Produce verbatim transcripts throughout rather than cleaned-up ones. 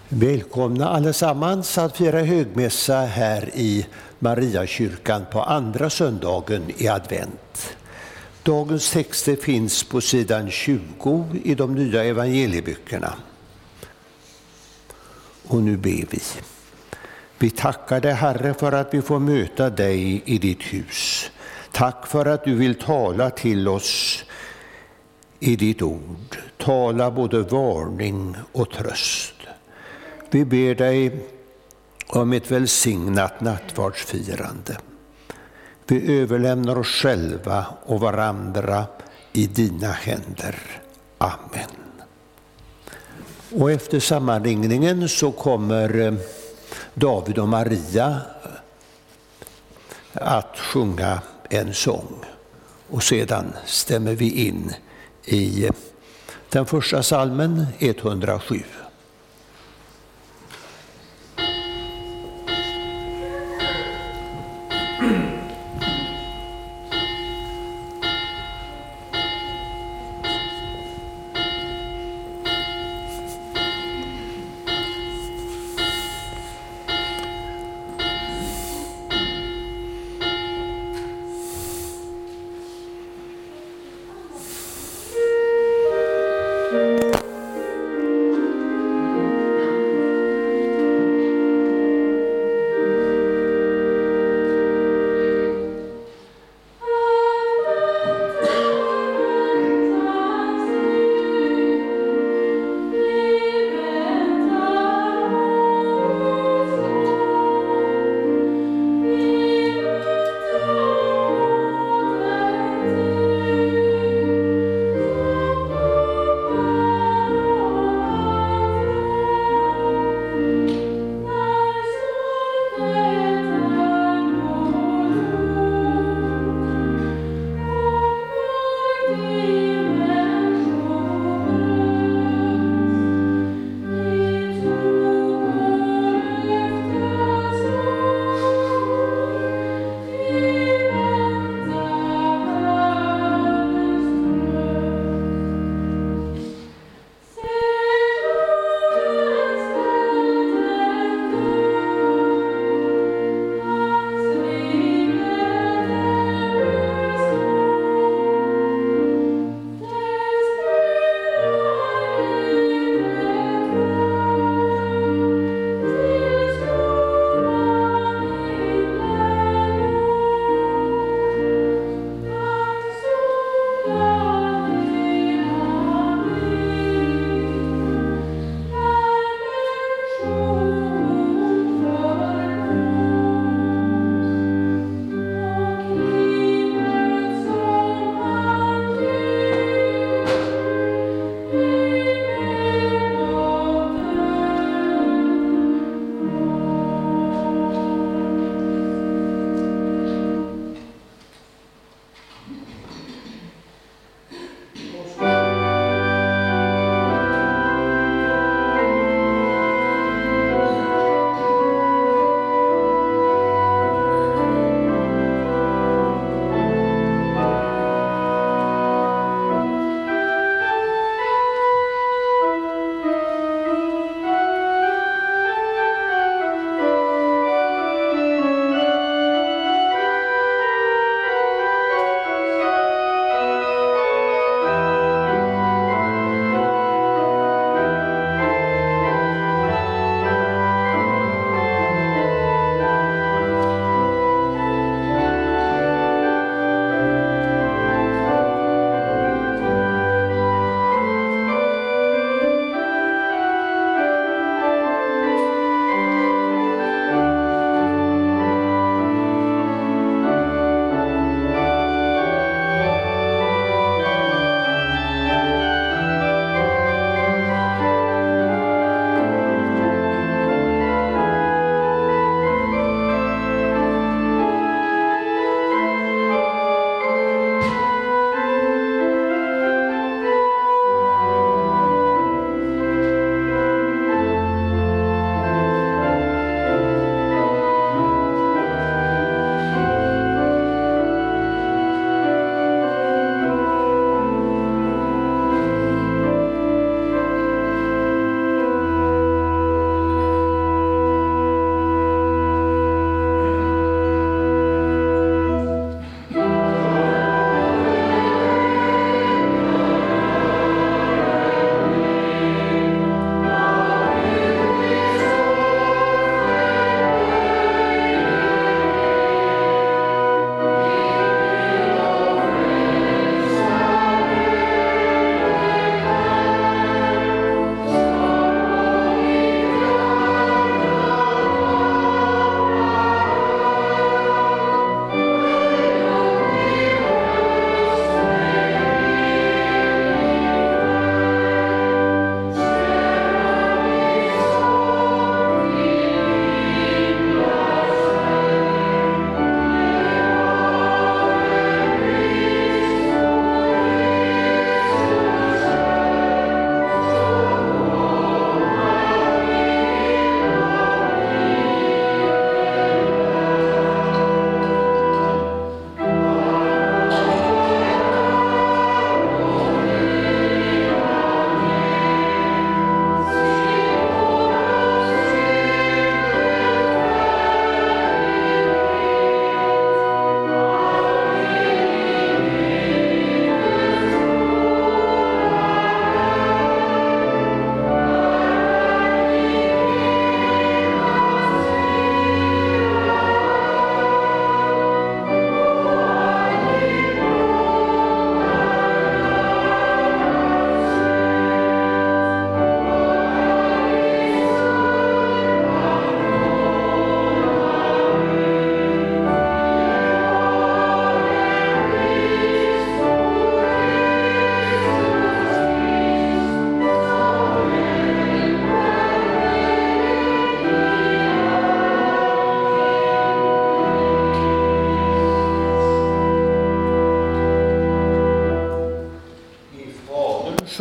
Välkomna allesammans att fira högmässa här i Mariakyrkan på andra söndagen i advent. Dagens texter finns på sidan tjugo i de nya evangelieböckerna. Och nu ber vi. Vi tackar dig, Herre, för att vi får möta dig i ditt hus. Tack för att du vill tala till oss i ditt ord. Tala både varning och tröst. Vi ber dig om ett välsignat nattvardsfirande. Vi överlämnar oss själva och varandra i dina händer. Amen. Och efter sammanringningen så kommer David och Maria att sjunga en sång. Och sedan stämmer vi in i den första psalmen etthundrasju.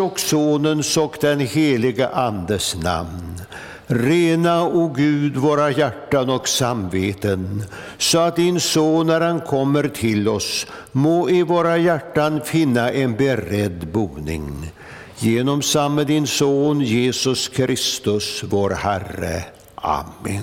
och Sonens och den heliga Andes namn. Rena, o Gud, våra hjärtan och samveten, så att din son när han kommer till oss må i våra hjärtan finna en beredd boning. Genom samme din son Jesus Kristus, vår Herre. Amen.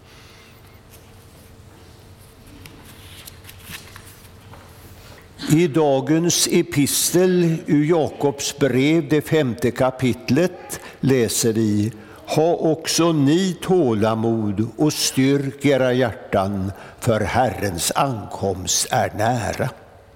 I dagens epistel ur Jakobs brev, det femte kapitlet, läser vi: Ha också ni tålamod och styrk era hjärtan, för Herrens ankomst är nära.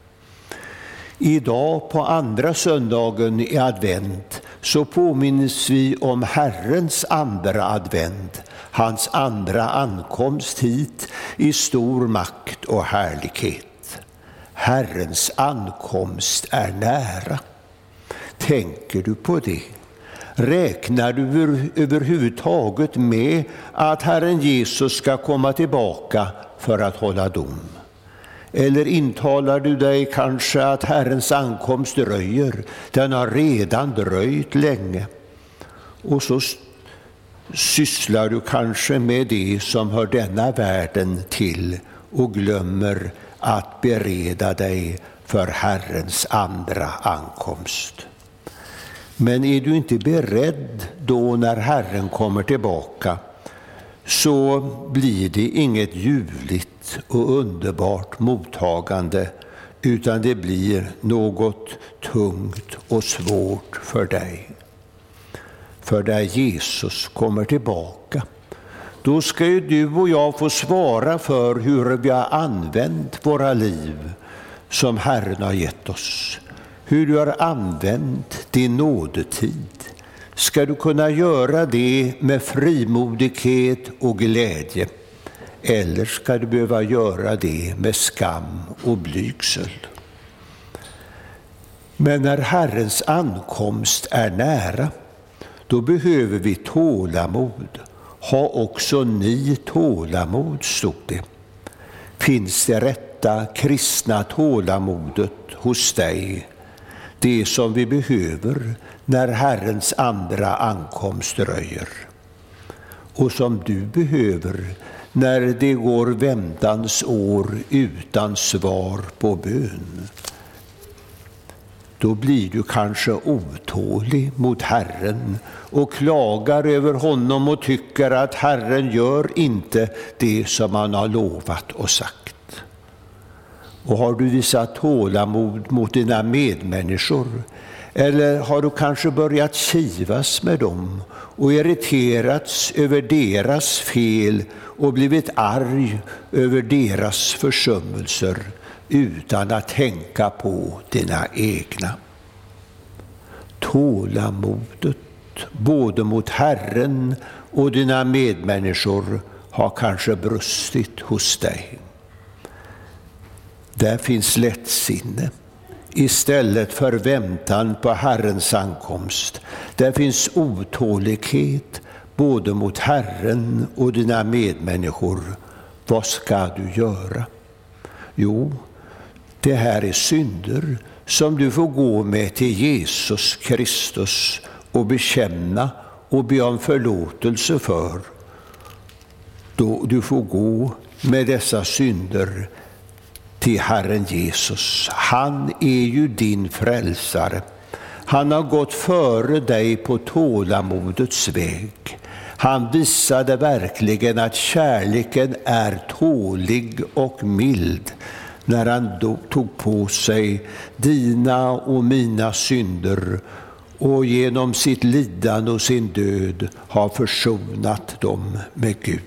Idag på andra söndagen i advent så påminns vi om Herrens andra advent, hans andra ankomst hit i stor makt och härlighet. Herrens ankomst är nära. Tänker du på det? Räknar du över, överhuvudtaget med att Herren Jesus ska komma tillbaka för att hålla dom? Eller intalar du dig kanske att Herrens ankomst dröjer? Den har redan dröjt länge. Och så sysslar du kanske med det som hör denna världen till och glömmer att bereda dig för Herrens andra ankomst. Men är du inte beredd då när Herren kommer tillbaka, så blir det inget ljuvligt och underbart mottagande, utan det blir något tungt och svårt för dig. För där Jesus kommer tillbaka, då ska ju du och jag få svara för hur vi har använt våra liv som Herren har gett oss. Hur du har använt din nådetid. Ska du kunna göra det med frimodighet och glädje? Eller ska du behöva göra det med skam och blygsel? Men när Herrens ankomst är nära, då behöver vi tålamod. Ha också ni tålamod, stod det. Finns det rätta kristna tålamodet hos dig? Det som vi behöver när Herrens andra ankomst dröjer. Och som du behöver när det går väntans år utan svar på bön. Då blir du kanske otålig mot Herren och klagar över honom och tycker att Herren gör inte det som han har lovat och sagt. Och har du visat tålamod mot dina medmänniskor, eller har du kanske börjat kivas med dem och irriterats över deras fel och blivit arg över deras försummelser utan att tänka på dina egna? Tålamodet både mot Herren och dina medmänniskor har kanske brustit hos dig. Där finns lättsinne istället för väntan på Herrens ankomst. Där finns otålighet både mot Herren och dina medmänniskor. Vad ska du göra? Jo, det här är synder som du får gå med till Jesus Kristus och bekänna och be om förlåtelse för. Då du får gå med dessa synder till Herren Jesus. Han är ju din frälsare. Han har gått före dig på tålamodets väg. Han visade verkligen att kärleken är tålig och mild när han då tog på sig dina och mina synder och genom sitt lidande och sin död har försonat dem med Gud.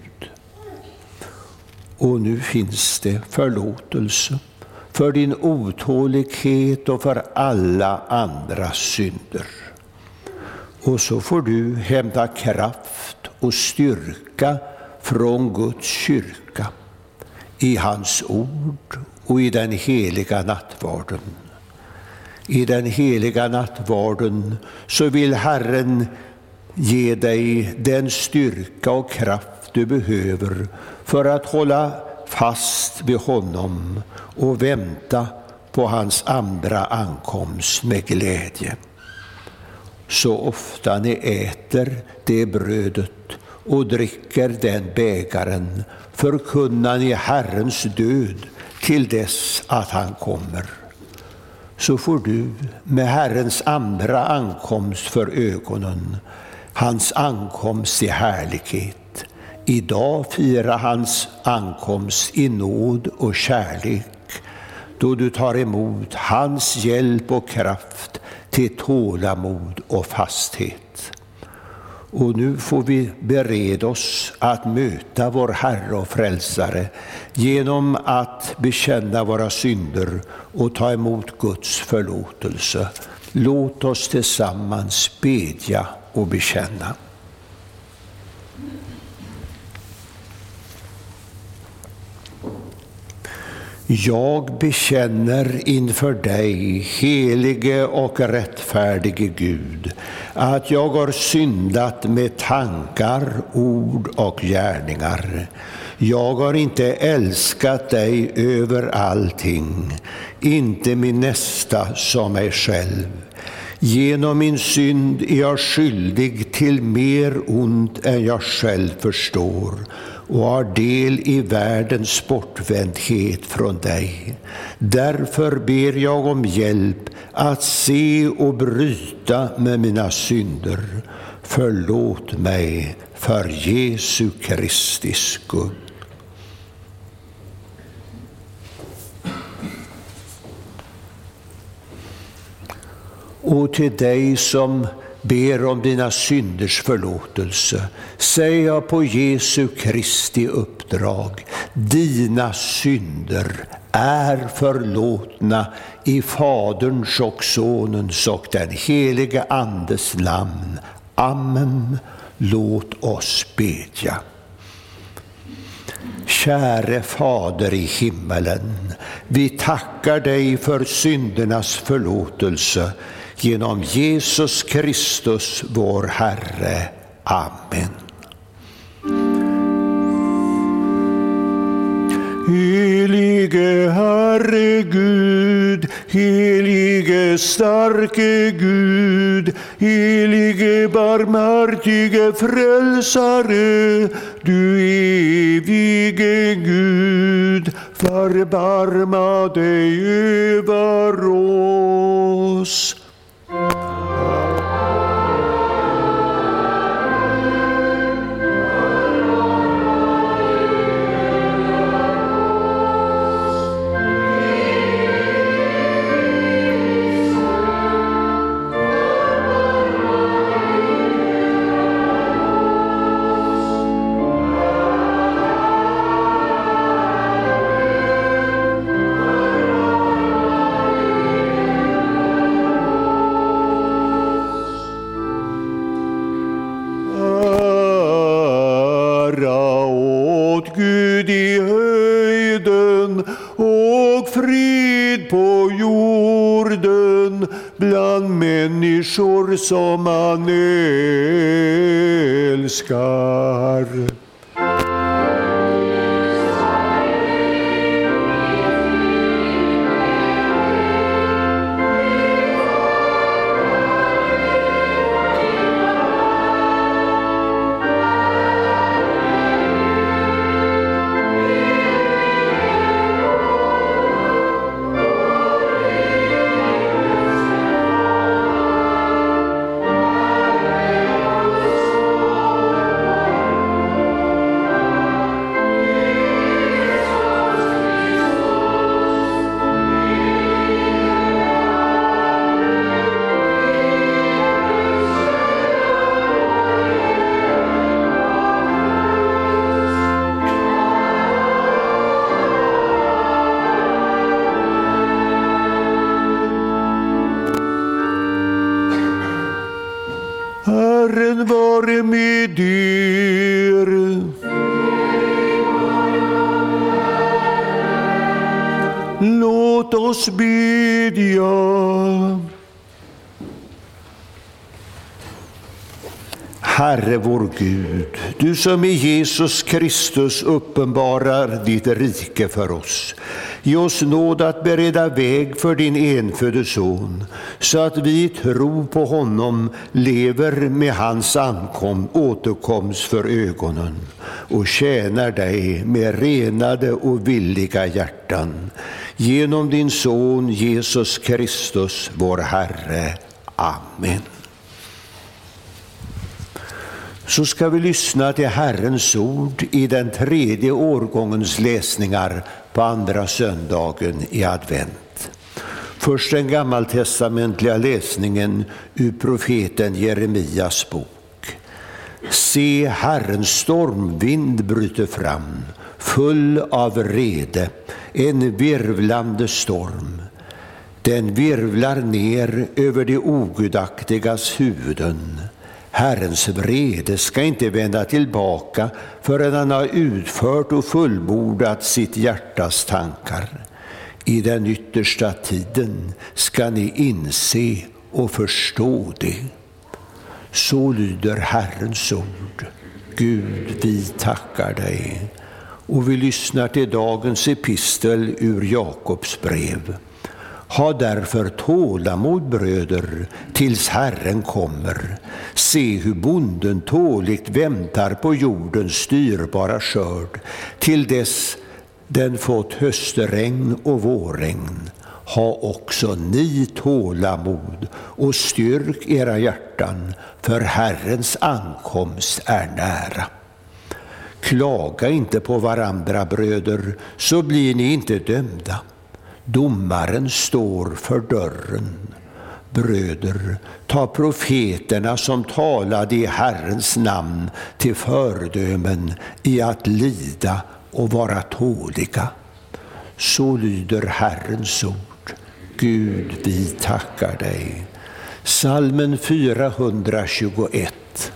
Och nu finns det förlåtelse för din otålighet och för alla andra synder. Och så får du hämta kraft och styrka från Guds kyrka, i hans ord och i den heliga nattvarden. I den heliga nattvarden så vill Herren ge dig den styrka och kraft du behöver för att hålla fast vid honom och vänta på hans andra ankomst med glädje. så ofta ni äter det brödet och dricker den bägaren förkunnar ni Herrens död till dess att han kommer. Så får du med Herrens andra ankomst för ögonen, hans ankomst i härlighet. Idag firar hans ankomst i nåd och kärlek, då du tar emot hans hjälp och kraft till tålamod och fasthet. Och nu får vi bereda oss att möta vår Herre och Frälsare genom att bekänna våra synder och ta emot Guds förlåtelse. Låt oss tillsammans bedja och bekänna. Jag bekänner inför dig, helige och rättfärdige Gud, att jag har syndat med tankar, ord och gärningar. Jag har inte älskat dig över allting, inte min nästa som mig själv. Genom min synd är jag skyldig till mer ont än jag själv förstår och har del i världens bortvändhet från dig. Därför ber jag om hjälp att se och bryta med mina synder. Förlåt mig för Jesu Kristi skull. Och till dig som ber om dina synders förlåtelse säger jag på Jesu Kristi uppdrag: dina synder är förlåtna i Faderns och Sonens och den helige Andes namn. Amen. Låt oss bedja. Käre Fader i himmelen, vi tackar dig för syndernas förlåtelse genom Jesus Kristus, vår Herre. Amen. Helige Herre Gud, helige starke Gud, helige barmhärtige frälsare, du evige Gud, förbarma dig över oss. Som man älskar. Herren vare med er. Låt oss bedja. Herre vår Gud, du som i Jesus Kristus uppenbarar ditt rike för oss. Ge oss nåd att bereda väg för din enfödde son, så att vi i tro på honom lever med hans ankom, återkomst för ögonen och tjänar dig med renade och villiga hjärtan. Genom din son Jesus Kristus, vår Herre. Amen. Så ska vi lyssna till Herrens ord i den tredje årgångens läsningar på andra söndagen i advent. Först den gammaltestamentliga läsningen ur profeten Jeremias bok. Se, Herrens stormvind bryter fram, full av vrede, en virvlande storm. Den virvlar ner över de ogudaktigas huvuden. Herrens vrede ska inte vända tillbaka förrän han har utfört och fullbordat sitt hjärtas tankar. I den yttersta tiden ska ni inse och förstå det. Så lyder Herrens ord. Gud, vi tackar dig. Och vi lyssnar till dagens epistel ur Jakobs brev. Ha därför tålamod, bröder, tills Herren kommer. Se hur bonden tåligt väntar på jordens styrbara skörd, till dess den fått höstregn och vårregn. Ha också ni tålamod och styrk era hjärtan, för Herrens ankomst är nära. Klaga inte på varandra, bröder, så blir ni inte dömda. Domaren står för dörren. Bröder, ta profeterna som talade i Herrens namn till föredömen i att lida och vara tåliga. Så lyder Herrens ord. Gud, vi tackar dig. Psalmen fyrahundratjugoett.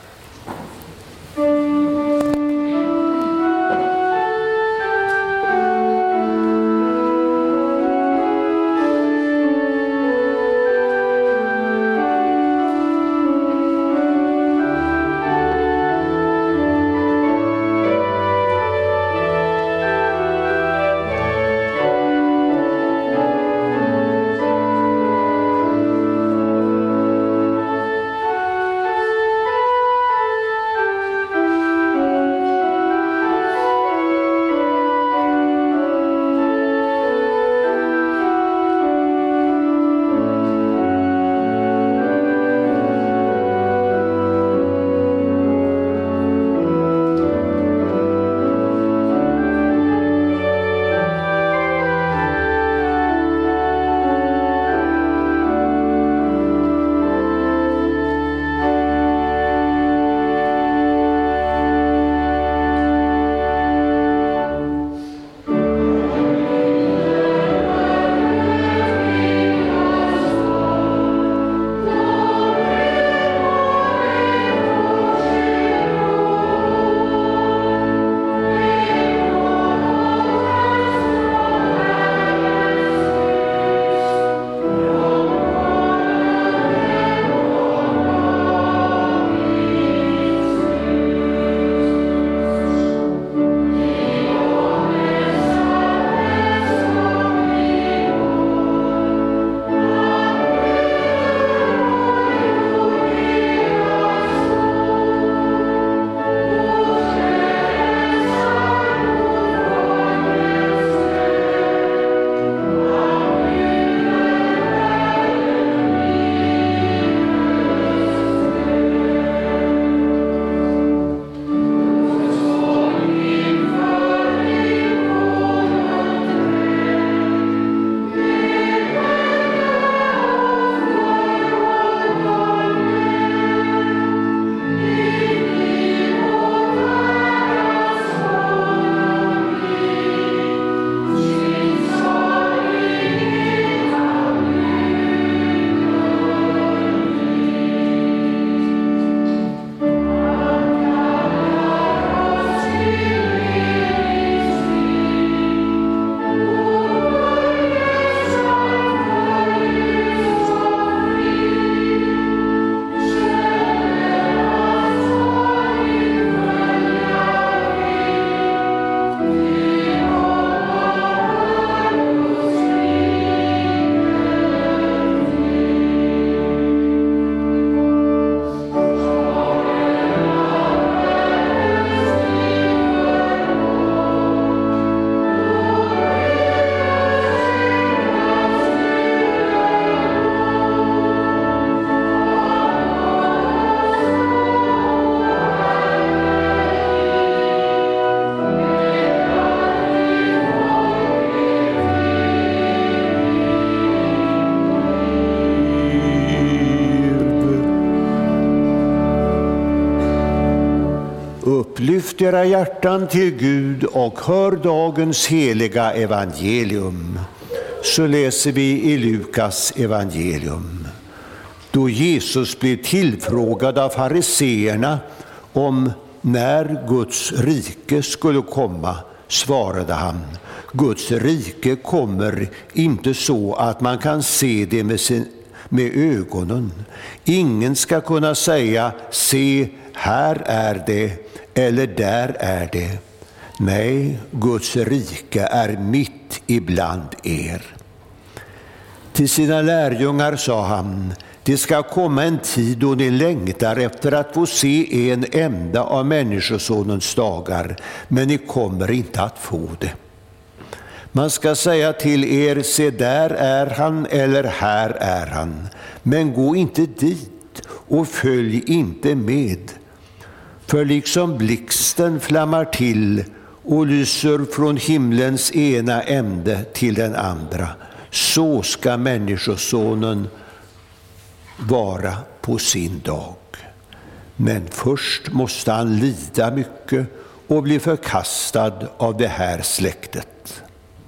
Upplyft era hjärtan till Gud och hör dagens heliga evangelium. Så läser vi i Lukas evangelium. Då Jesus blev tillfrågad av fariseerna om när Guds rike skulle komma, svarade han: Guds rike kommer inte så att man kan se det med, sin, med ögonen. Ingen ska kunna säga: se, här är det, eller där är det. Nej, Guds rike är mitt ibland er. Till sina lärjungar sa han: det ska komma en tid då ni längtar efter att få se en enda av Människosonens dagar, men ni kommer inte att få det. Man ska säga till er: se, där är han, eller här är han. Men gå inte dit och följ inte med. För liksom blixten flammar till och lyser från himlens ena ände till den andra, så ska Människosonen vara på sin dag. Men först måste han lida mycket och bli förkastad av det här släktet.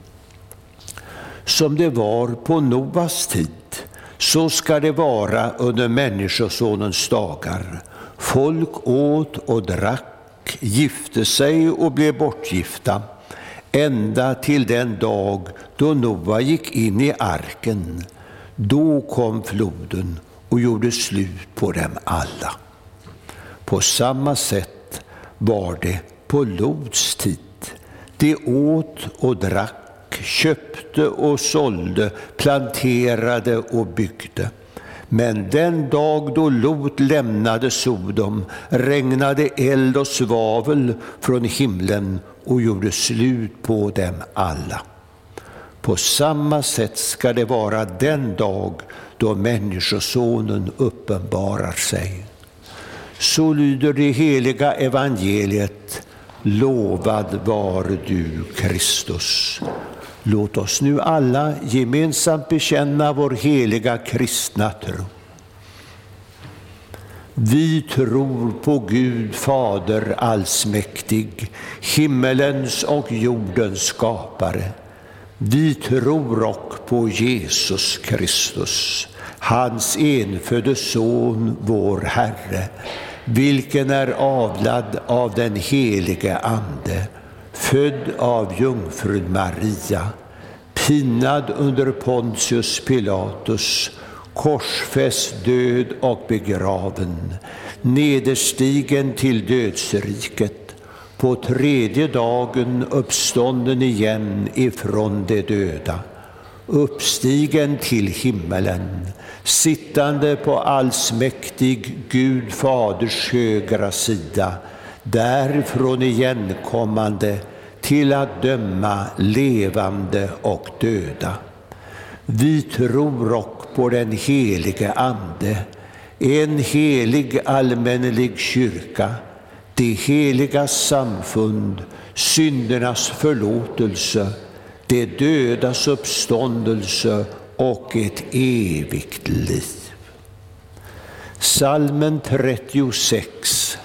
Som det var på Noas tid, så ska det vara under Människosonens dagar. Folk åt och drack, gifte sig och blev bortgifta, ända till den dag då Noa gick in i arken. Då kom floden och gjorde slut på dem alla. På samma sätt var det på Lots tid. De åt och drack, köpte och sålde, planterade och byggde. Men den dag då Lot lämnade Sodom regnade eld och svavel från himlen och gjorde slut på dem alla. På samma sätt ska det vara den dag då Människosonen uppenbarar sig. Så lyder det heliga evangeliet: lovad var du, Kristus. Låt oss nu alla gemensamt bekänna vår heliga kristna tro. Vi tror på Gud Fader allsmäktig, himmelens och jordens skapare. Vi tror och på Jesus Kristus, hans enfödde son, vår Herre, vilken är avlad av den helige Ande, född av jungfrun Maria, pinad under Pontius Pilatus, korsfäst, död och begraven, nederstigen till dödsriket, på tredje dagen uppstånden igen ifrån de döda, uppstigen till himmelen, sittande på allsmäktig Gud Faders högra sida, därifrån igenkommande till att döma levande och döda. Vi tror och på den helige Ande, en helig allmännelig kyrka, det heliga samfund, syndernas förlåtelse, det dödas uppståndelse och ett evigt liv. Psalmen trettiosex.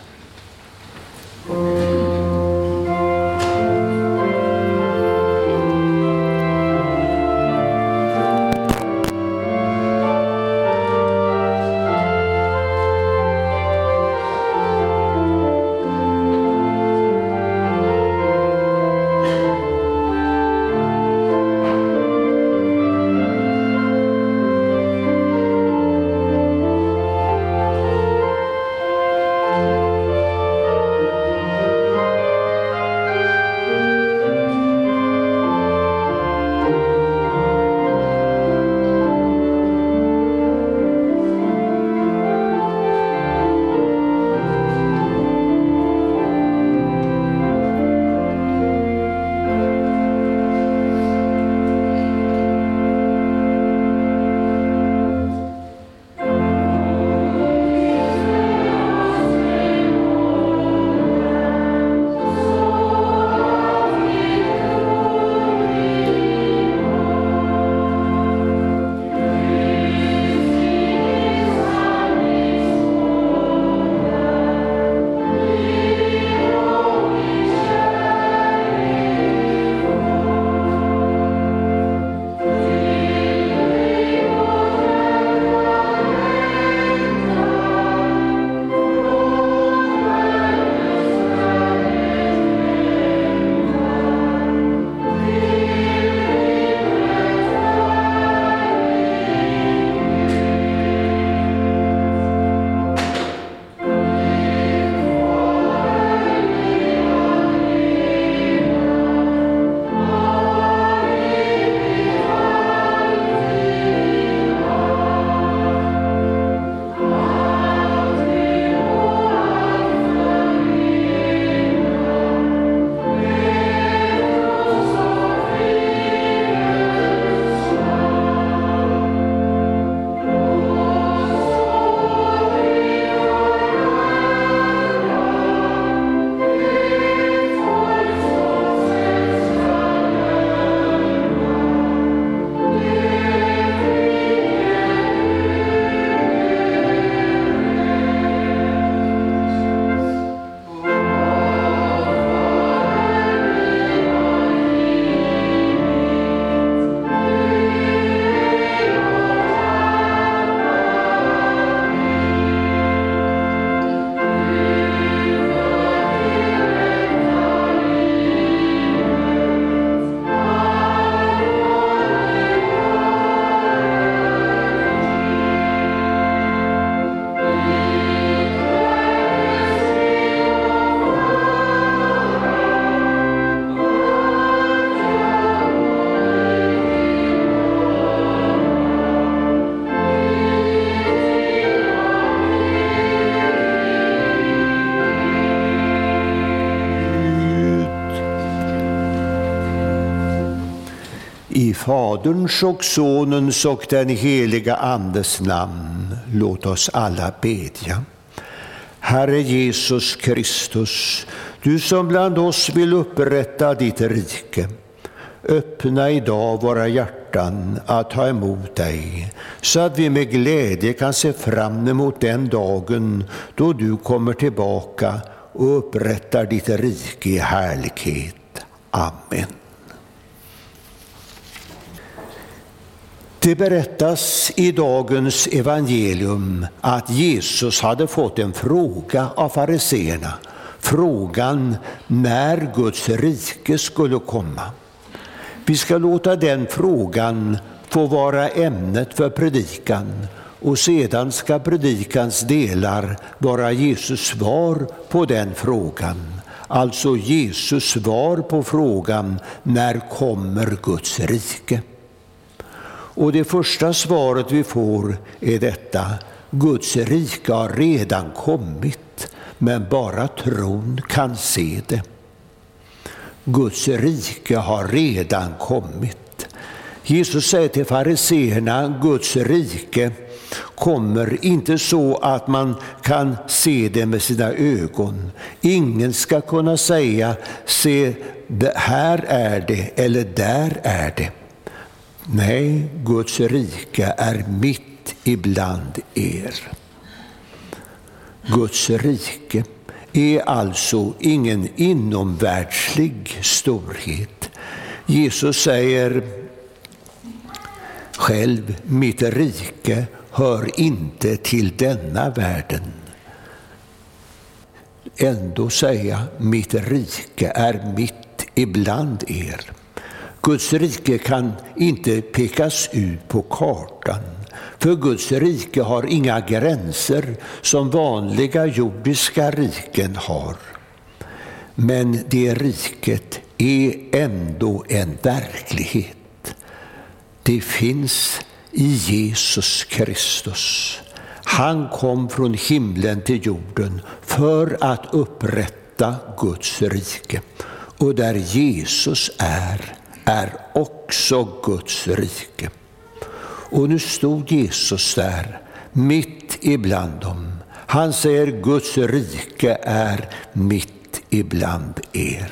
Faderns och Sonens och den heliga Andes namn, låt oss alla bedja. Herre Jesus Kristus, du som bland oss vill upprätta ditt rike, öppna idag våra hjärtan att ta emot dig, så att vi med glädje kan se fram emot den dagen då du kommer tillbaka och upprättar ditt rike i härlighet. Amen. Det berättas i dagens evangelium att Jesus hade fått en fråga av fariseerna. Frågan när Guds rike skulle komma. Vi ska låta den frågan få vara ämnet för predikan, och sedan ska predikans delar vara Jesus svar på den frågan. Alltså Jesus svar på frågan när kommer Guds rike. Och det första svaret vi får är detta: Guds rike har redan kommit, men bara tron kan se det. Guds rike har redan kommit. Jesus säger till fariseerna: Guds rike kommer inte så att man kan se det med sina ögon. Ingen ska kunna säga: se, här är det eller där är det. Nej, Guds rike är mitt ibland er. Guds rike är alltså ingen inomvärldslig storhet. Jesus säger själv: mitt rike hör inte till denna världen. Ändå säga: mitt rike är mitt ibland er. Guds rike kan inte pekas ut på kartan, för Guds rike har inga gränser som vanliga jordiska riken har. Men det riket är ändå en verklighet. Det finns i Jesus Kristus. Han kom från himlen till jorden för att upprätta Guds rike. Och där Jesus är, är också Guds rike. Och nu stod Jesus där, mitt ibland dem. Han säger: Guds rike är mitt ibland er.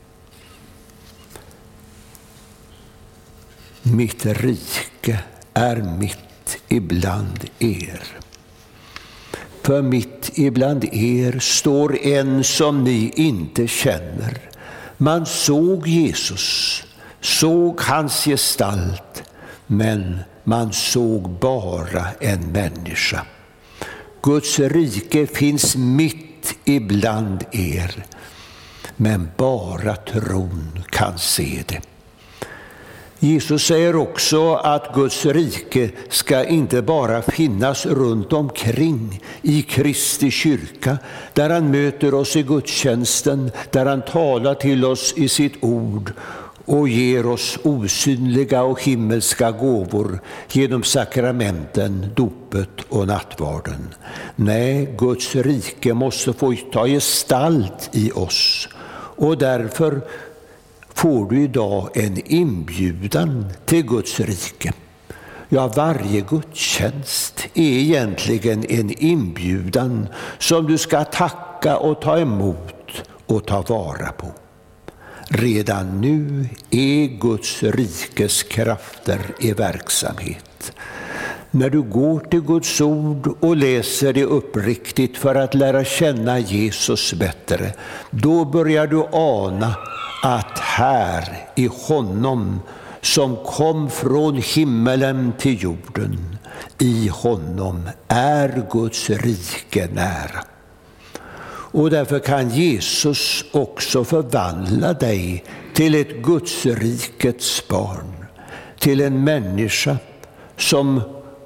Mitt rike är mitt ibland er. För mitt ibland er står en som ni inte känner. Man såg Jesus, såg hans gestalt, men man såg bara en människa. Guds rike finns mitt ibland er, men bara tron kan se det. Jesus säger också att Guds rike ska inte bara finnas runt omkring i Kristi kyrka, där han möter oss i gudstjänsten, där han talar till oss i sitt ord och ger oss osynliga och himmelska gåvor genom sakramenten, dopet och nattvarden. Nej, Guds rike måste få ta gestalt i oss, och därför får du idag en inbjudan till Guds rike. Ja, varje gudstjänst är egentligen en inbjudan som du ska tacka och ta emot och ta vara på. Redan nu är Guds rikes krafter i verksamhet. När du går till Guds ord och läser det uppriktigt för att lära känna Jesus bättre, då börjar du ana att här i honom som kom från himmelen till jorden, i honom är Guds rike nära. Och därför kan Jesus också förvandla dig till ett Guds rikets barn, till en människa som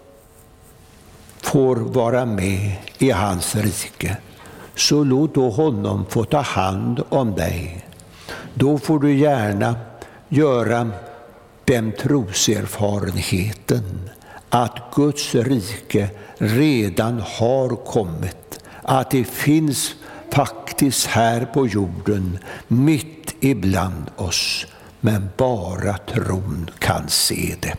får vara med i hans rike. Så låt då honom få ta hand om dig. Då får du gärna göra den troserfarenheten att Guds rike redan har kommit. Att det finns faktiskt här på jorden, mitt ibland oss, men bara tron kan se det.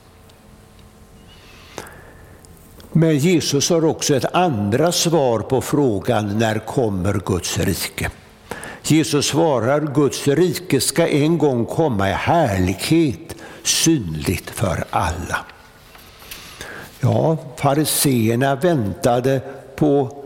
Men Jesus har också ett andra svar på frågan när kommer Guds rike. Jesus svarar, Guds rike ska en gång komma i härlighet, synligt för alla. Ja, fariseerna väntade på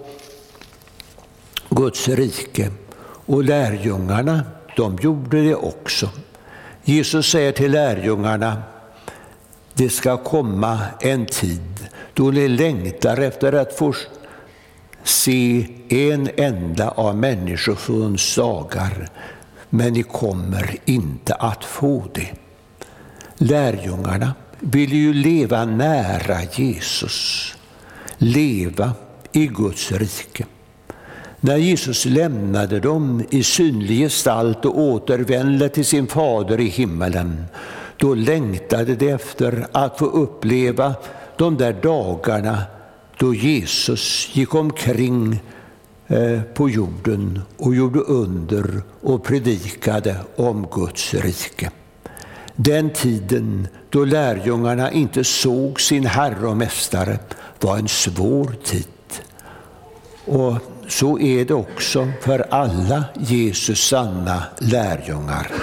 Guds rike och lärjungarna, de gjorde det också. Jesus säger till lärjungarna, det ska komma en tid då ni längtar efter att få se en enda av människosons dagar, men ni kommer inte att få det. Lärjungarna vill ju leva nära Jesus, leva i Guds rike. När Jesus lämnade dem i synlig gestalt och återvände till sin fader i himmelen, då längtade de efter att få uppleva de där dagarna då Jesus gick omkring på jorden och gjorde under och predikade om Guds rike. Den tiden då lärjungarna inte såg sin herre och mästare var en svår tid. Och så är det också för alla Jesus sanna lärjungar.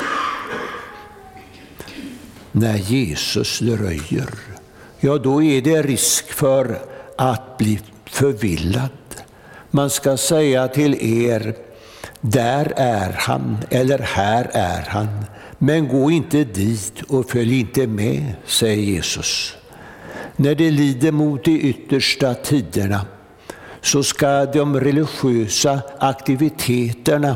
När Jesus dröjer, ja då är det risk för att bli förvillad. Man ska säga till er, där är han eller här är han. Men gå inte dit och följ inte med, säger Jesus. När det lider mot de yttersta tiderna så ska de religiösa aktiviteterna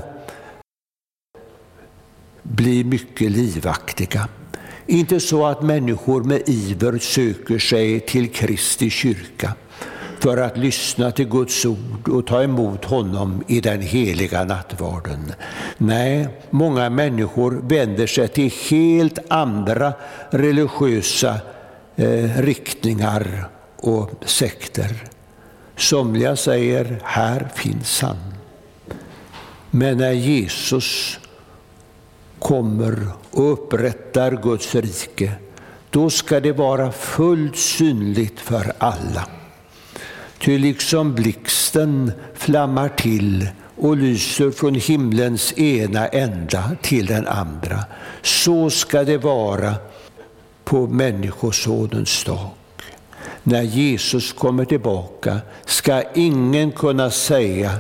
bli mycket livaktiga. Inte så att människor med iver söker sig till Kristi kyrka för att lyssna till Guds ord och ta emot honom i den heliga nattvarden. Nej, många människor vänder sig till helt andra religiösa eh, riktningar och sekter. Somliga säger, här finns han. Men när Jesus kommer och upprättar Guds rike, då ska det vara fullt synligt för alla. Ty liksom blixten flammar till och lyser från himlens ena ända till den andra, så ska det vara på människosonens dag. När Jesus kommer tillbaka ska ingen kunna säga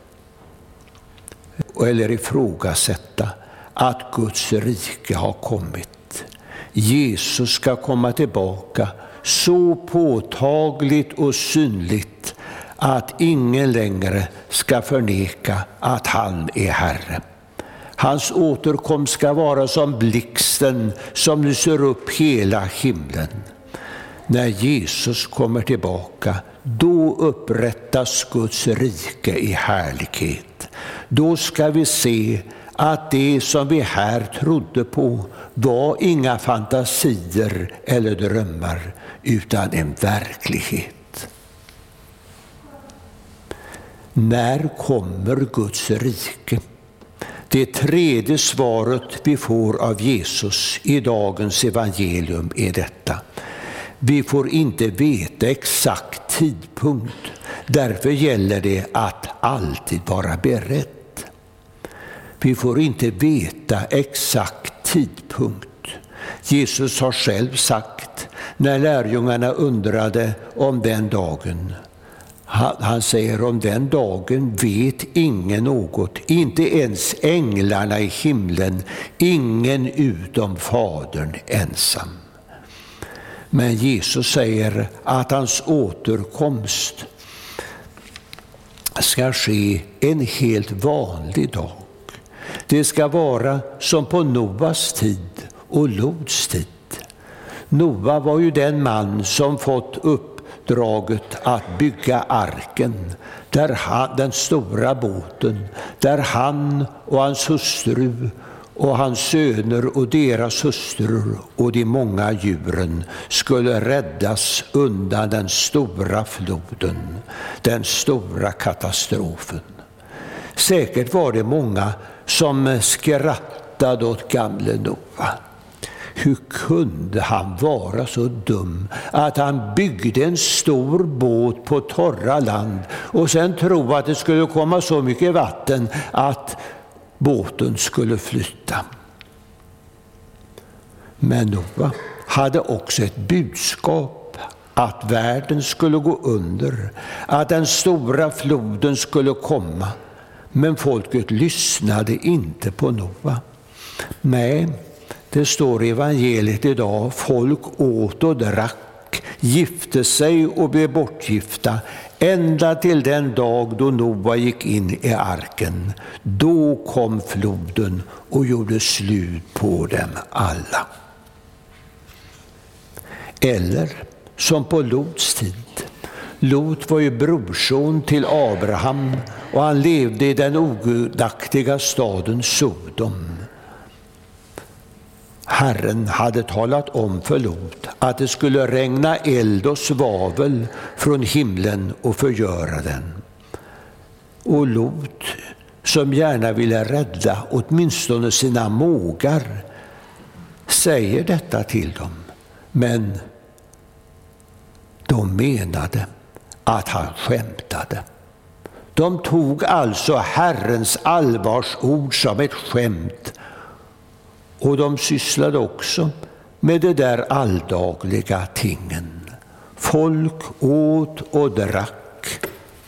eller ifrågasätta att Guds rike har kommit. Jesus ska komma tillbaka så påtagligt och synligt att ingen längre ska förneka att han är Herre. Hans återkomst ska vara som blixten som lyser upp hela himlen. När Jesus kommer tillbaka, då upprättas Guds rike i härlighet. Då ska vi se att det som vi här trodde på var inga fantasier eller drömmar, utan en verklighet. När kommer Guds rike? Det tredje svaret vi får av Jesus i dagens evangelium är detta. Vi får inte veta exakt tidpunkt. Därför gäller det att alltid vara beredd. Vi får inte veta exakt tidpunkt. Jesus har själv sagt när lärjungarna undrade om den dagen. Han säger om den dagen vet ingen något, inte ens änglarna i himlen, ingen utom Fadern ensam. Men Jesus säger att hans återkomst ska ske en helt vanlig dag. Det ska vara som på Noas tid och Lots tid. Noa var ju den man som fått uppdraget att bygga arken, där han, den stora båten, där han och hans hustru och hans söner och deras hustrur och de många djuren skulle räddas undan den stora floden, den stora katastrofen. Säkert var det många som skratt, skrattade åt gamle Noa. Hur kunde han vara så dum att han byggde en stor båt på torra land och sen tro att det skulle komma så mycket vatten att båten skulle flyta? Men Noa hade också ett budskap att världen skulle gå under, att den stora floden skulle komma. Men folket lyssnade inte på Noa. Nej, det står i evangeliet idag, folk åt och drack, gifte sig och blev bortgifta, ända till den dag då Noa gick in i arken. Då kom floden och gjorde slut på dem alla. Eller som på Lots tid. Lot var ju brorson till Abraham och han levde i den ogudaktiga staden Sodom. Herren hade talat om för Lot att det skulle regna eld och svavel från himlen och förgöra den. Och Lot, som gärna ville rädda åtminstone sina mågar, säger detta till dem. Men de menade att han skämtade. De tog alltså Herrens allvarsord som ett skämt. Och de sysslade också med de där alldagliga tingen. Folk åt och drack,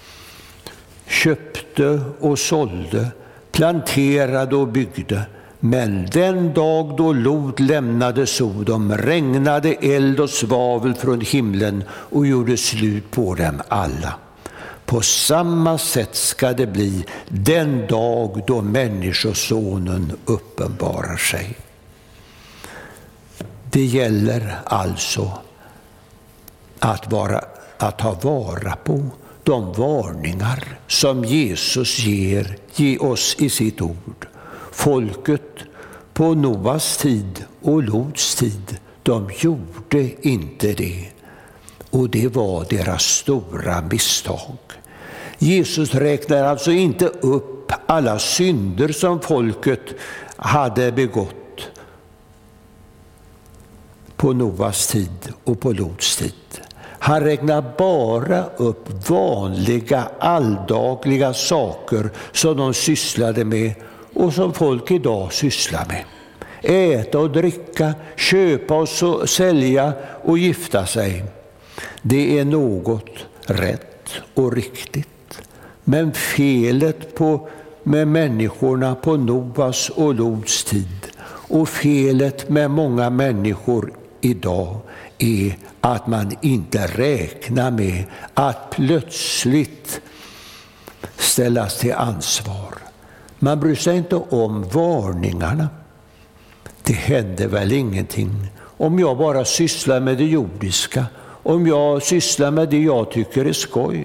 köpte och sålde, planterade och byggde. Men den dag då Lot lämnade Sodom regnade eld och svavel från himlen och gjorde slut på dem alla. På samma sätt ska det bli den dag då Människosonen uppenbarar sig. Det gäller alltså att, vara, att ta vara på de varningar som Jesus ger, ger oss i sitt ord. Folket på Noas tid och Lots tid, de gjorde inte det. Och det var deras stora misstag. Jesus räknar alltså inte upp alla synder som folket hade begått på Noas tid och på Lots tid. Han räknar bara upp vanliga, alldagliga saker som de sysslade med och som folk idag sysslar med. Äta och dricka, köpa och så, sälja och gifta sig. Det är något rätt och riktigt. Men felet på, med människorna på Noas och Lots tid och felet med många människor idag är att man inte räknar med att plötsligt ställas till ansvar. Man bryr sig inte om varningarna. Det händer väl ingenting om jag bara sysslar med det jordiska, om jag sysslar med det jag tycker är skoj.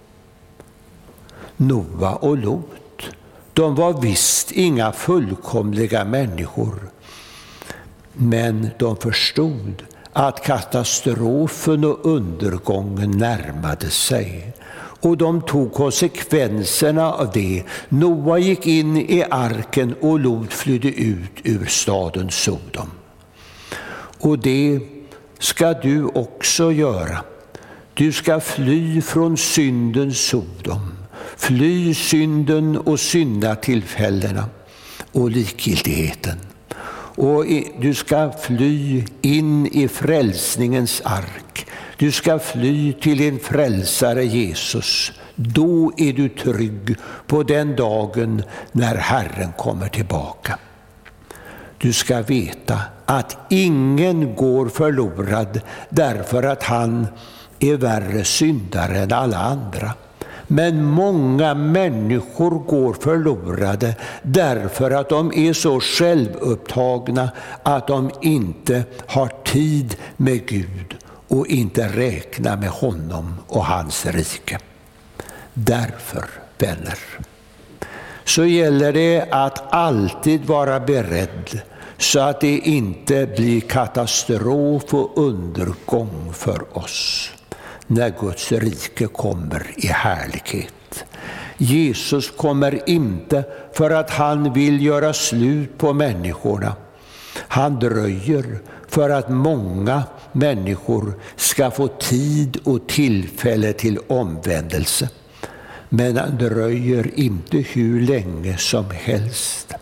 Noa och Lot, de var visst inga fullkomliga människor, men de förstod att katastrofen och undergången närmade sig. Och de tog konsekvenserna av det. Noa gick in i arken och Lot flydde ut ur staden Sodom. Och det ska du också göra. Du ska fly från syndens Sodom. Fly synden och syndatillfällena och likgiltigheten. Och du ska fly in i frälsningens ark. Du ska fly till din frälsare Jesus. Då är du trygg på den dagen när Herren kommer tillbaka. Du ska veta att ingen går förlorad därför att han är värre syndare än alla andra. Men många människor går förlorade därför att de är så självupptagna att de inte har tid med Gud och inte räknar med honom och hans rike. Därför, vänner, så gäller det att alltid vara beredd så att det inte blir katastrof och undergång för oss när Guds rike kommer i härlighet. Jesus kommer inte för att han vill göra slut på människorna. Han dröjer för att många människor ska få tid och tillfälle till omvändelse. Men han dröjer inte hur länge som helst.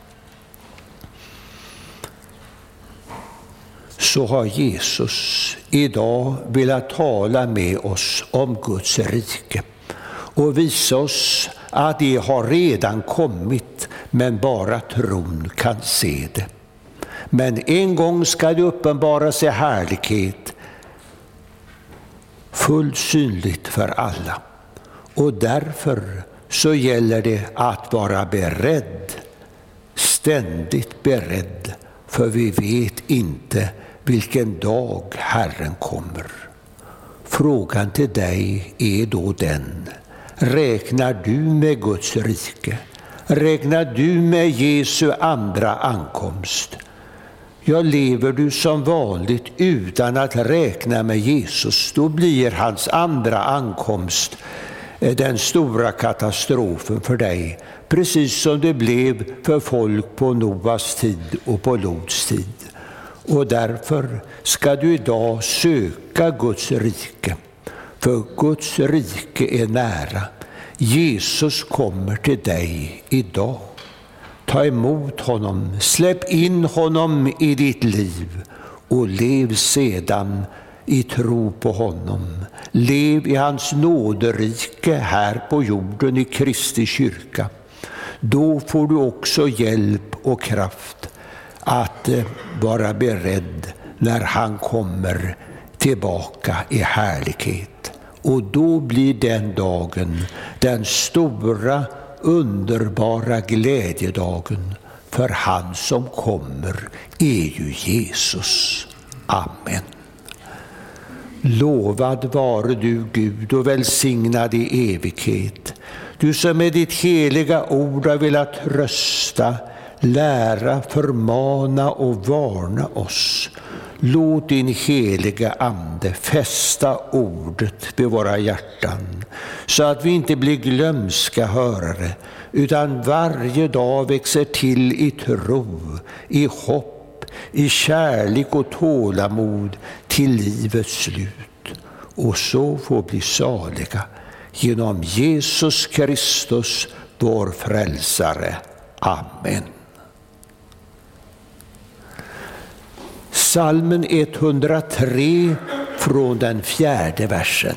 Så har Jesus idag velat tala med oss om Guds rike och visa oss att det har redan kommit, men bara tron kan se det. Men en gång ska det uppenbara sig härlighet, fullt synligt för alla. Och därför så gäller det att vara beredd, ständigt beredd, för vi vet inte vilken dag Herren kommer. Frågan till dig är då den: räknar du med Guds rike? Räknar du med Jesu andra ankomst? Ja, lever du som vanligt utan att räkna med Jesus, då blir hans andra ankomst den stora katastrofen för dig, precis som det blev för folk på Noas tid och på Lots tid. Och därför ska du idag söka Guds rike, för Guds rike är nära. Jesus kommer till dig idag. Ta emot honom, släpp in honom i ditt liv och lev sedan i tro på honom. Lev i hans nåderike här på jorden i Kristi kyrka. Då får du också hjälp och kraft att vara beredd när han kommer tillbaka i härlighet. Och då blir den dagen den stora, underbara glädjedagen, för han som kommer är ju Jesus. Amen. Lovad vare du, Gud, och välsignad i evighet. Du som med ditt heliga ord har velat trösta, lära, förmana och varna oss. Låt din heliga ande fästa ordet vid våra hjärtan, så att vi inte blir glömska hörare, utan varje dag växer till i tro, i hopp, i kärlek och tålamod till livets slut. Och så får bli saliga genom Jesus Kristus, vår frälsare. Amen. Psalmen etthundratre från den fjärde versen.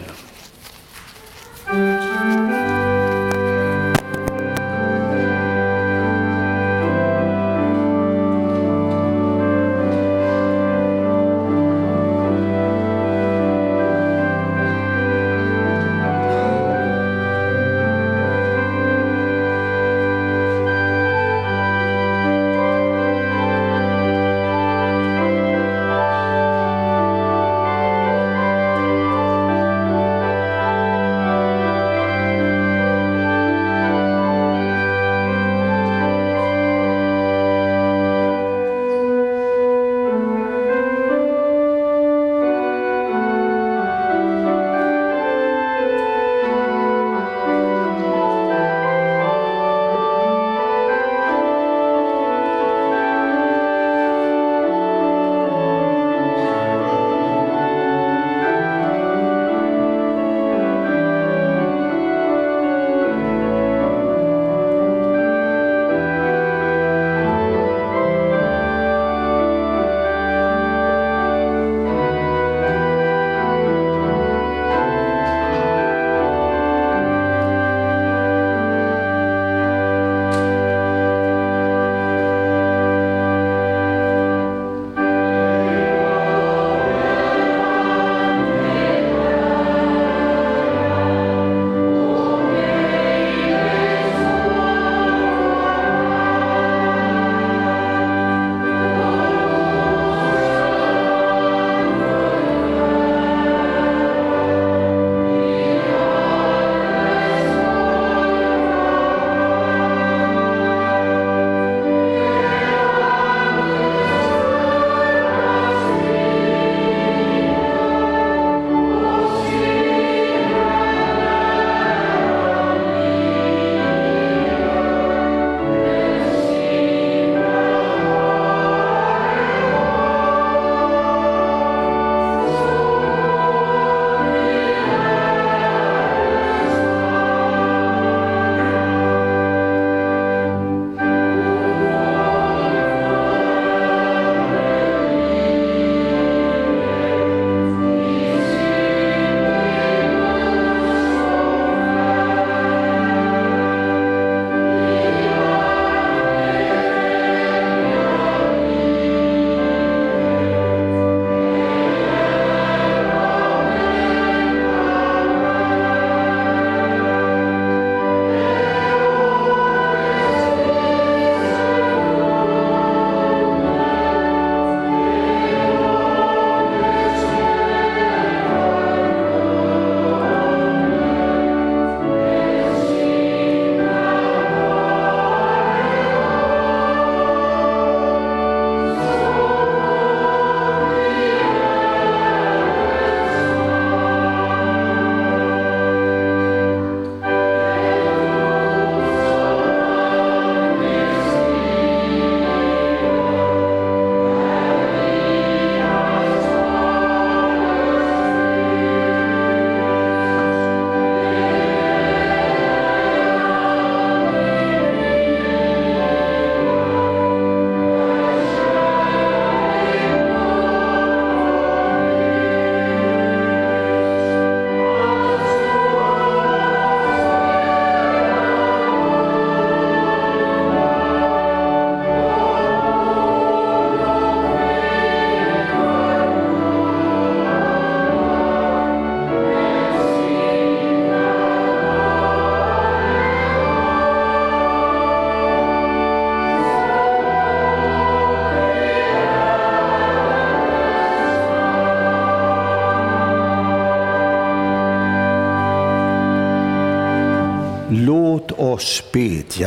oss bedja.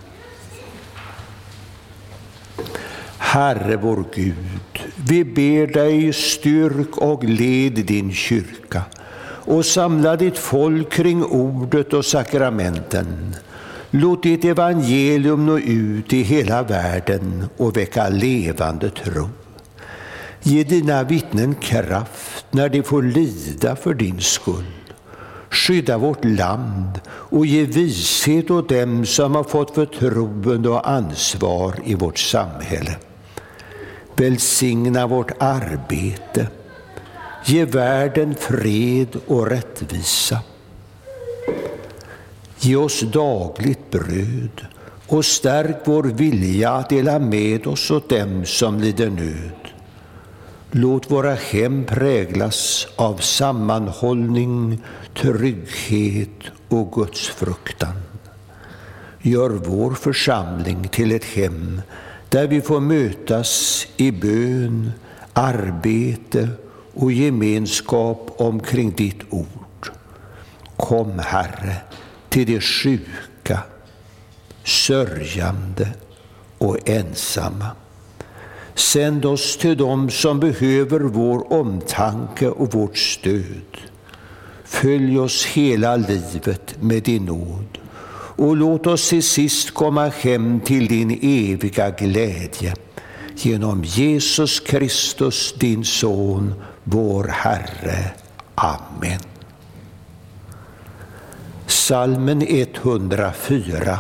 Herre vår Gud, vi ber dig styrk och led din kyrka och samla ditt folk kring ordet och sakramenten. Låt ditt evangelium nå ut i hela världen och väcka levande tro. Ge dina vittnen kraft när de får lida för din skull. Skydda vårt land och ge vishet åt dem som har fått förtroende och ansvar i vårt samhälle. Välsigna vårt arbete. Ge världen fred och rättvisa. Ge oss dagligt bröd och stärk vår vilja att dela med oss åt dem som lider nöd. Låt våra hem präglas av sammanhållning, trygghet och Guds fruktan. Gör vår församling till ett hem där vi får mötas i bön, arbete och gemenskap omkring ditt ord. Kom, Herre, till de sjuka, sörjande och ensamma. Sänd oss till dem som behöver vår omtanke och vårt stöd. Följ oss hela livet med din nåd och låt oss till sist komma hem till din eviga glädje. Genom Jesus Kristus, din son, vår Herre. Amen. Psalmen etthundrafyra.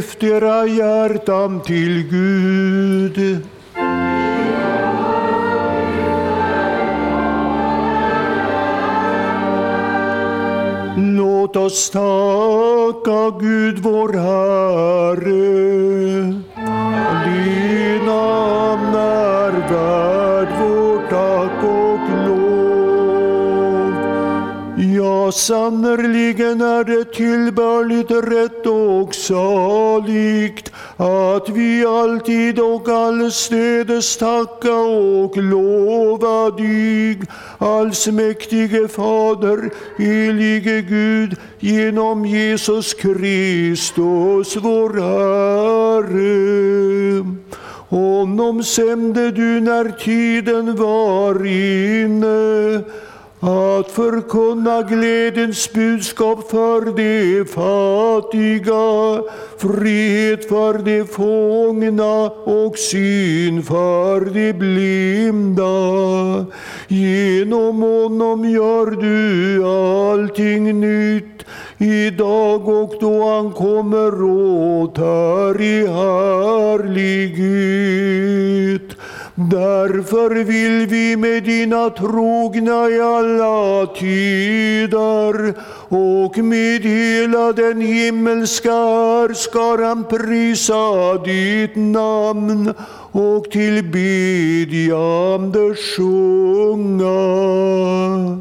Lyft era hjärtan till Gud. Låt oss tacka Gud vår Herre. Din namn är värd vårt tack och lov. Ja, sannerligen är det tillbörligt rätt och saligt att vi alltid och allestädes tacka och lova dig, allsmäktige Fader, helige Gud, genom Jesus Kristus vår Herre. Honom sände du när tiden var inne att förkunna glädjens budskap för de fattiga, frihet för de fångna och syn för de blinda. Genom honom gör du allting nytt, idag och då han kommer åter i härlighet. Därför vill vi med dina trogna i alla tider och med hela den himmelska härskaran prisa ditt namn och tillbedjande sjunga.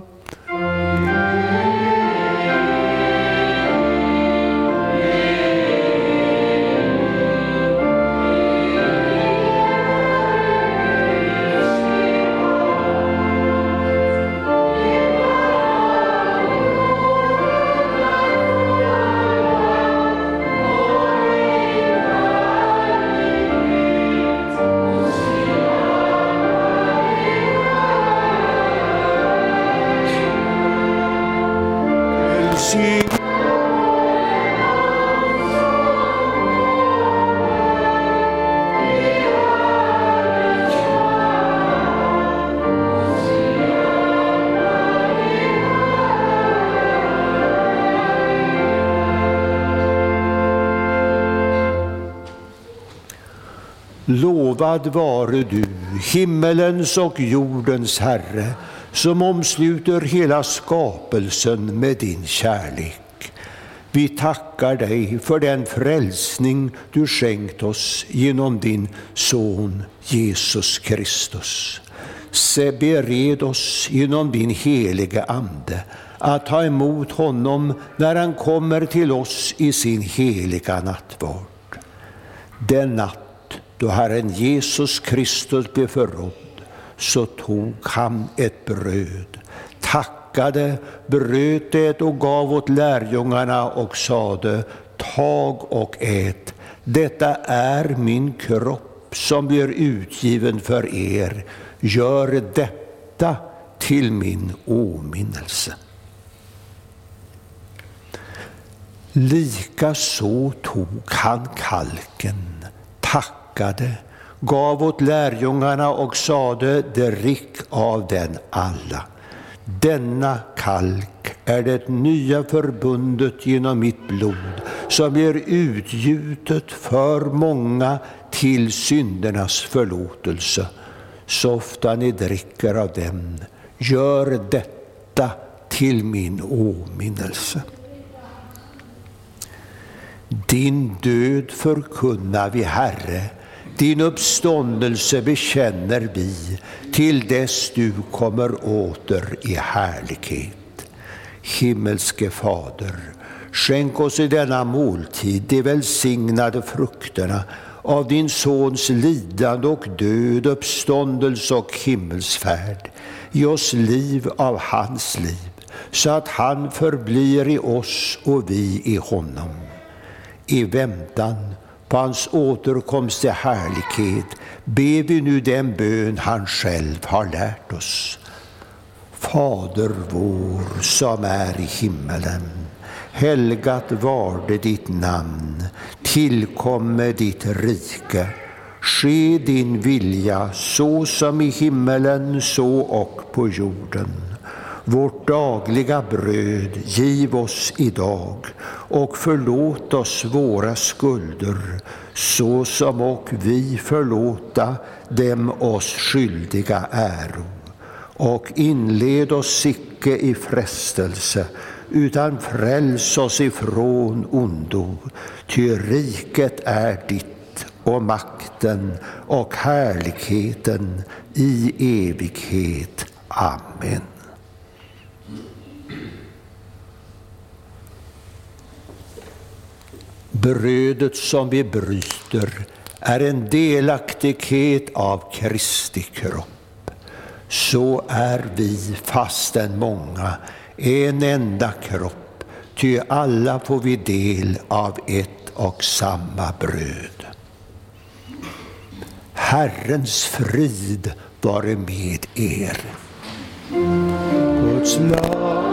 Lovad vare du, himmelens och jordens Herre, som omsluter hela skapelsen med din kärlek. Vi tackar dig för den frälsning du skänkt oss genom din son Jesus Kristus. Se, bered oss genom din helige ande att ta emot honom när han kommer till oss i sin heliga nattvard. Den natt då Herren Jesus Kristus blev förrådd, så tog han ett bröd, tackade, bröt det och gav åt lärjungarna och sade: tag och ät, detta är min kropp som blir utgiven för er. Gör detta till min åminnelse. Likaså tog han kalken, tackade, gav åt lärjungarna och sade: drick av den alla. Denna kalk är det nya förbundet genom mitt blod, som blir utgjutet för många till syndernas förlåtelse. Så ofta ni dricker av den, gör detta till min åminnelse. Din död förkunnar vi, Herre, din uppståndelse bekänner vi, till dess du kommer åter i härlighet. Himmelske Fader, skänk oss i denna måltid de välsignade frukterna av din sons lidande och död, uppståndelse och himmelsfärd. Ge oss liv av hans liv, så att han förblir i oss och vi i honom. I väntan på hans återkomst till härlighet ber vi nu den bön han själv har lärt oss. Fader vår som är i himmelen, helgat varde ditt namn, tillkomme ditt rike. Ske din vilja så som i himmelen så och på jorden. Vårt dagliga bröd giv oss idag, och förlåt oss våra skulder, så som och vi förlåta dem oss skyldiga äro. Och inled oss icke i frestelse, utan fräls oss ifrån ondo. Ty riket är ditt, och makten och härligheten i evighet. Amen. Brödet som vi bryter är en delaktighet av Kristi kropp. Så är vi, fastän många, en enda kropp, ty alla får vi del av ett och samma bröd. Herrens frid vare med er. Guds lag.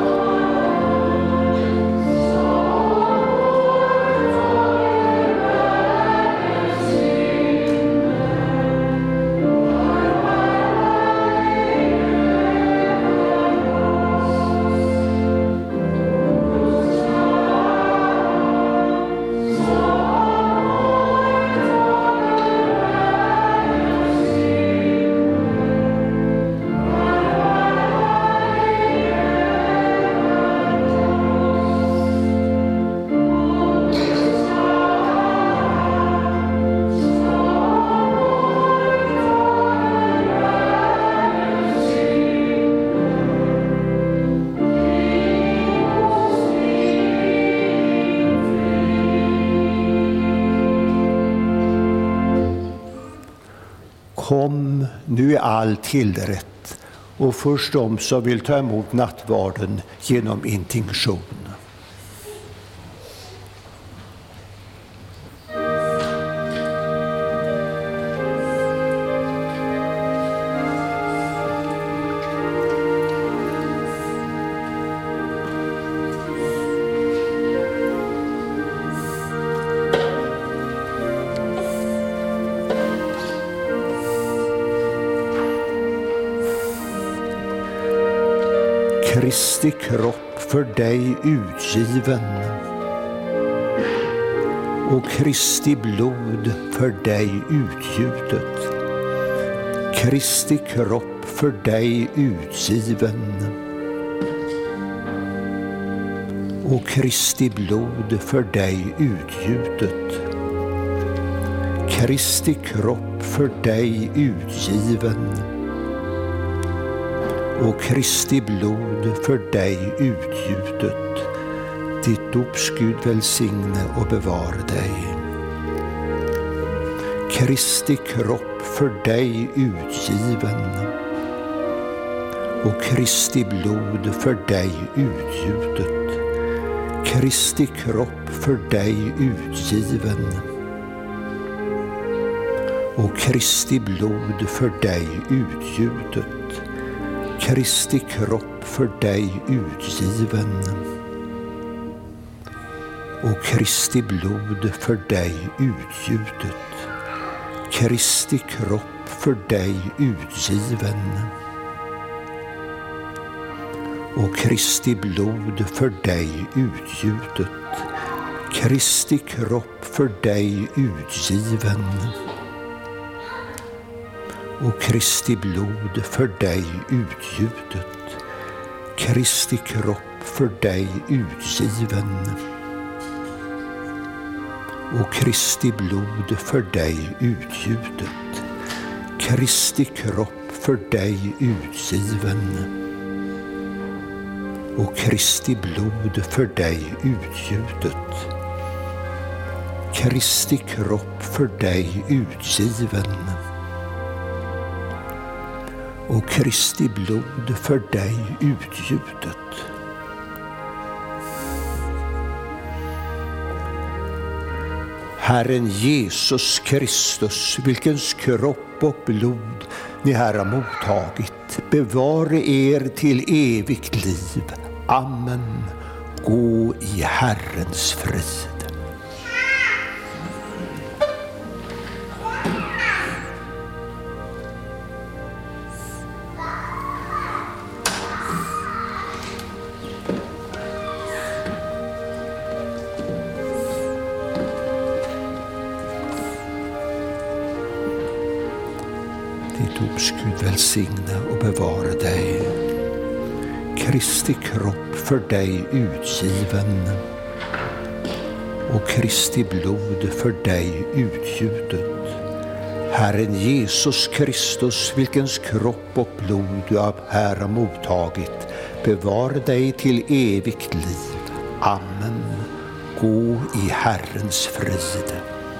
Kom, nu är allt tillrätt, och först de som vill ta emot nattvarden genom intinktion. Kristi kropp för dig utgiven, och Kristi blod för dig utgjutet. Kristi kropp för dig utgiven, och Kristi blod för dig utgjutet. Kristi kropp för dig utgiven, och Kristi blod för dig utgjutet. Ditt dops Gud välsigne och bevara dig. Kristi kropp för dig utgiven, och Kristi blod för dig utgjutet. Kristi kropp för dig utgiven, och Kristi blod för dig utgjutet. Kristi kropp för dig utgiven, och Kristi blod för dig utgjutet. Kristi kropp för dig utgiven, och Kristi blod för dig utgjutet. Kristi kropp för dig utgiven, och Kristi blod för dig utgjutet. Kristi kropp för dig utgiven, och Kristi blod för dig utgjutet. Kristi kropp för dig utgiven, och Kristi blod för dig utgjutet. Kristi kropp för dig utgiven, och Kristi blod för dig utgjutet. Herren Jesus Kristus, vilkens kropp och blod ni här har mottagit, bevare er till evigt liv. Amen. Gå i Herrens frid. dopsgud välsigne och bevara dig. Kristi kropp för dig utgiven och Kristi blod för dig utgjutet. Herren Jesus Kristus, vilkens kropp och blod du av här har mottagit, bevar dig till evigt liv. Amen. Gå i Herrens frid.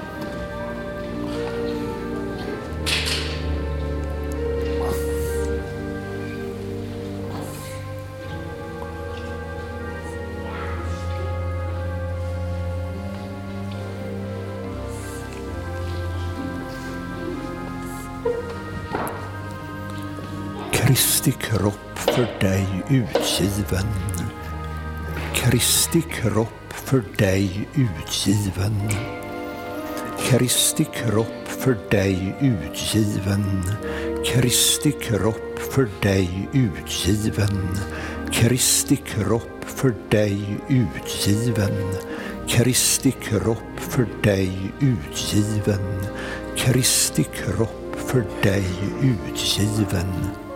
Kristi kropp för dig utgiven, Kristi kropp för dig utgiven, Kristi kropp för dig utgiven, Kristi kropp för dig utgiven, Kristi kropp för dig utgiven, Kristi kropp för dig utgiven, Kristi kropp för dig utgiven.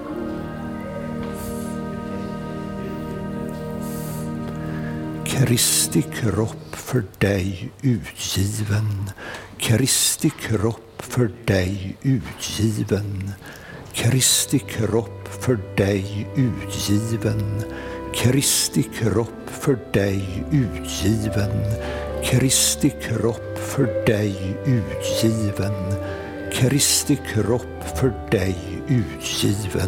Kristi kropp för dig utgiven, Kristi kropp för dig utgiven, Kristi kropp för dig utgiven, Kristi kropp för dig utgiven, Kristi kropp för dig utgiven, Kristi kropp för dig utgiven.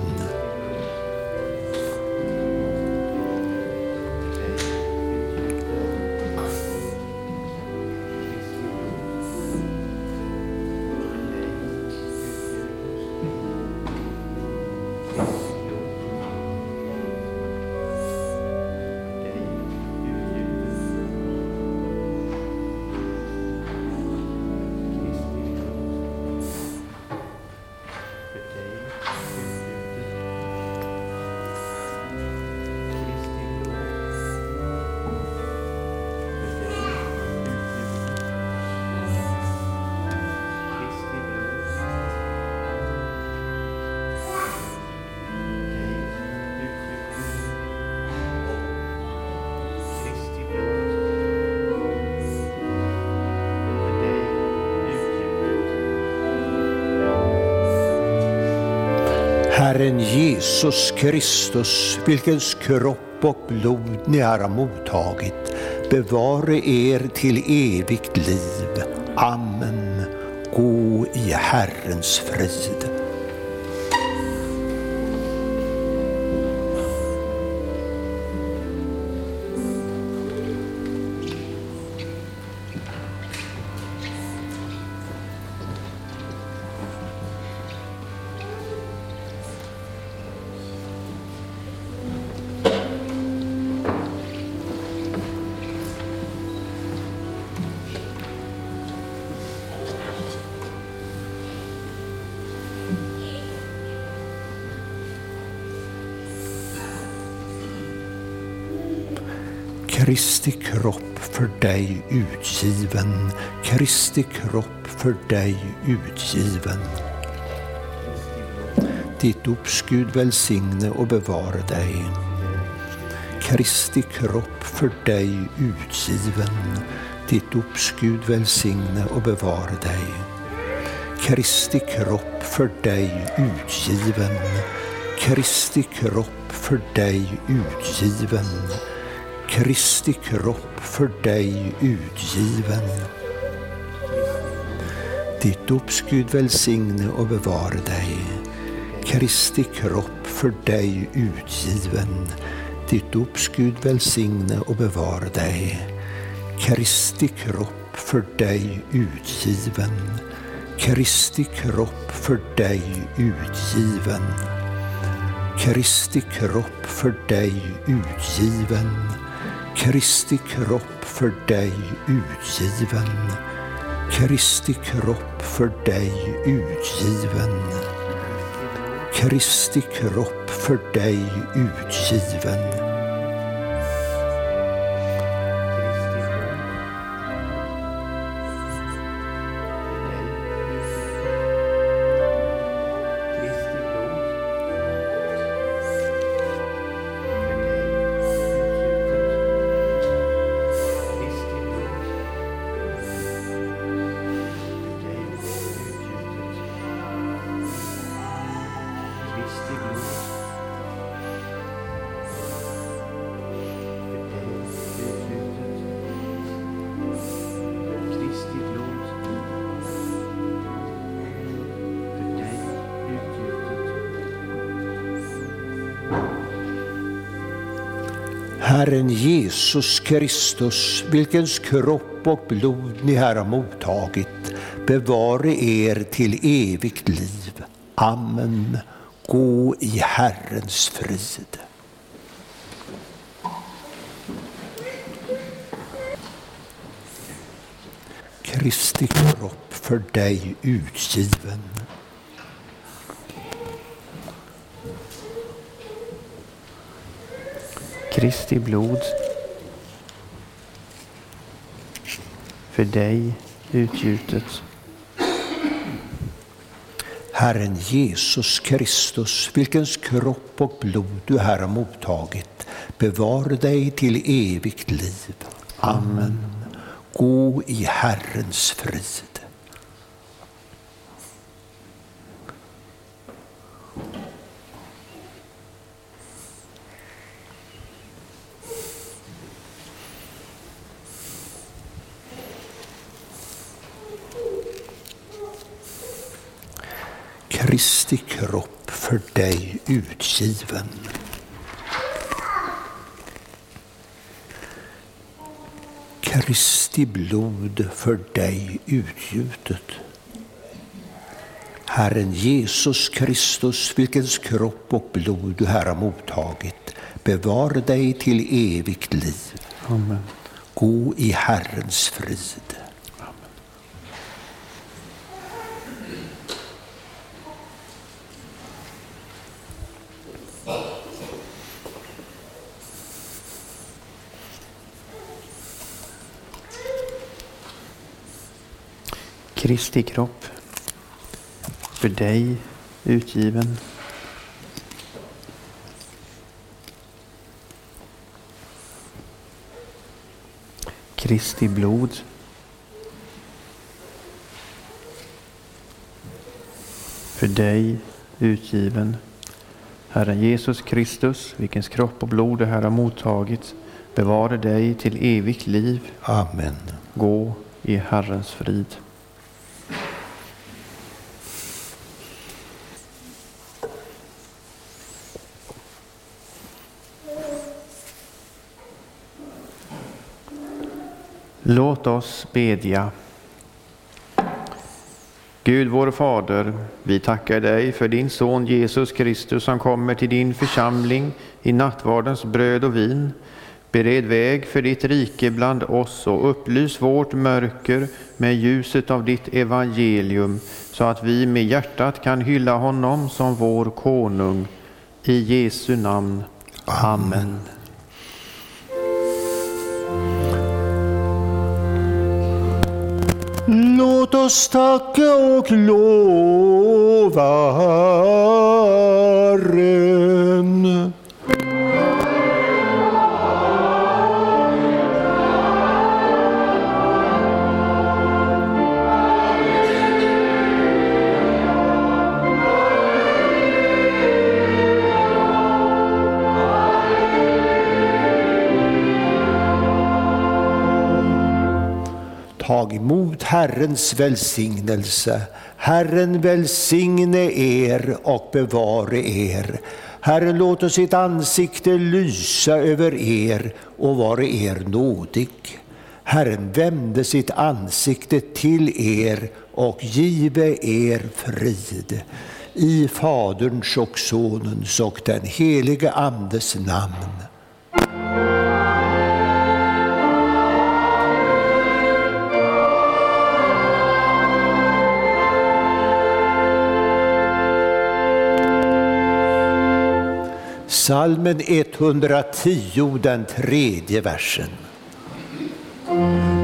Herren Jesus Kristus, vilkens kropp och blod ni har mottagit, bevare er till evigt liv. Amen. Gå i Herrens frid. Kristi kropp för dig utgiven, Kristi kropp för dig utgiven. Ditt dopsgud välsigne och bevara dig. Kristi kropp för dig utgiven, ditt dopsgud välsigne och bevara dig. Kristi kropp för dig utgiven, Kristi kropp för dig utgiven, Kristi kropp för dig utgiven. Ditt dopsgud välsigne och bevara dig. Kristi kropp för dig utgiven. Ditt dopsgud välsigne och bevara dig. Kristi kropp för dig utgiven. Kristi kropp för dig utgiven. Kristi kropp för dig utgiven. Kristi kropp för dig utgiven. Kristi kropp för dig utgiven. Kristi kropp för dig utgiven. Kristi Herren Jesus Kristus, vilkens kropp och blod ni här har mottagit, bevare er till evigt liv. Amen. Gå i Herrens frid. Kristi kropp för dig utgiven. Kristi blod för dig utgjutet. Herren Jesus Kristus, vilkens kropp och blod du här har mottagit, bevare dig till evigt liv. Amen. Gå i Herrens frid. Kristi kropp för dig utgiven. Kristi blod för dig utgjutet. Herren Jesus Kristus, vilkens kropp och blod du här har mottagit, bevare dig till evigt liv. Amen. Gå i Herrens frid. Kristi kropp för dig utgiven. Kristi blod för dig utgiven. Herren Jesus Kristus, vilkens kropp och blod det här har mottagit, bevare dig till evigt liv. Amen. Gå i Herrens frid. Låt oss bedja. Gud vår Fader, vi tackar dig för din son Jesus Kristus som kommer till din församling i nattvardens bröd och vin. Bered väg för ditt rike bland oss och upplys vårt mörker med ljuset av ditt evangelium, så att vi med hjärtat kan hylla honom som vår konung. I Jesu namn. Amen. Låt oss tacka och lova Herren. Tag emot Herrens välsignelse. Herren välsigne er och bevare er. Herren låter sitt ansikte lysa över er och vare er nådig. Herren vände sitt ansikte till er och give er frid. I Faderns och Sonens och den helige Andes namn. Psalmen etthundratio, den tredje versen.